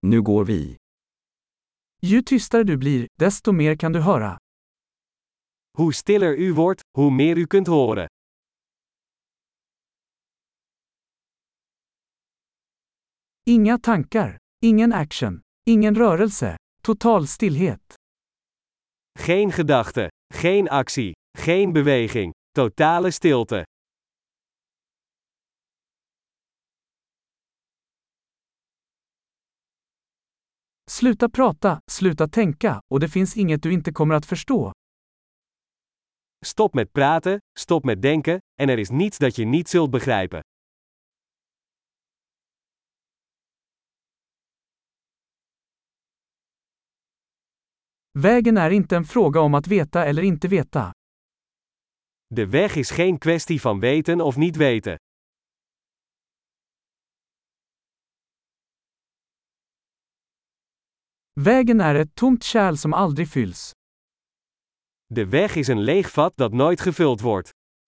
Nu går vi. Ju tystare du blir, desto mer kan du höra. Hoe stiller u wordt, hoe meer u kunt horen. Inga tankar, ingen action, ingen rörelse, total stillhet. Geen gedachte, geen actie, geen beweging, totale stilte. Sluta prata, sluta tänka, och det finns inget du inte kommer att förstå. Stop met praten, stop met denken, en er is niets dat je niet zult begrijpen. Vägen är inte en fråga om att veta eller inte veta. De weg is geen kwestie van weten of niet weten. Vägen är ett tomt kärl som aldrig fylls. De weg is een leeg vat dat nooit gevuld wordt.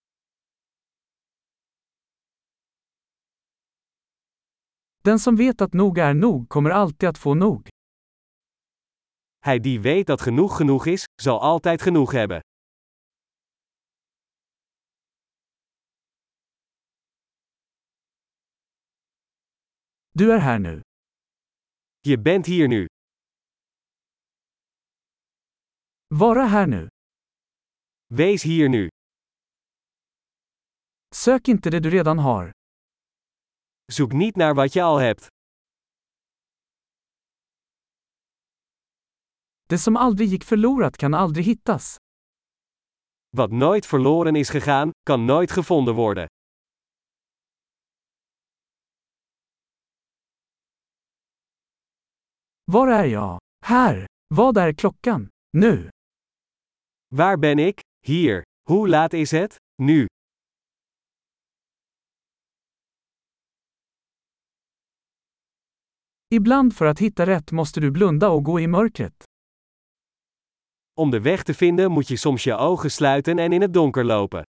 Den som vet att nog är nog kommer alltid att få nog. Hij die weet dat genoeg genoeg is, zal altijd genoeg hebben. Du är här nu. Je bent hier nu. Vara här nu. Wees hier nu. Sök inte det du redan har. Zoek niet naar wat je al hebt. Det som aldrig gick förlorat kan aldrig hittas. Wat nooit verloren is gegaan, kan nooit gevonden worden. Var är jag? Här. Vad är klockan? Nu. Waar ben ik? Hier. Hoe laat is het? Nu. Ibland för att hitta rätt måste du blunda och gå i mörkret. Om de weg te vinden moet je soms je ogen sluiten en in het donker lopen.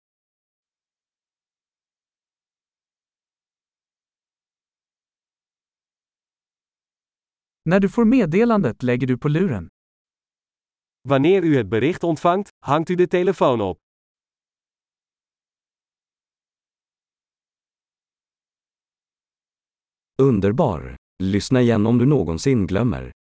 När du får meddelandet lägger du på luren. Wanneer u het bericht ontvangt, hangt u de telefoon op. Underbar! Lyssna igen om du någonsin glömmer.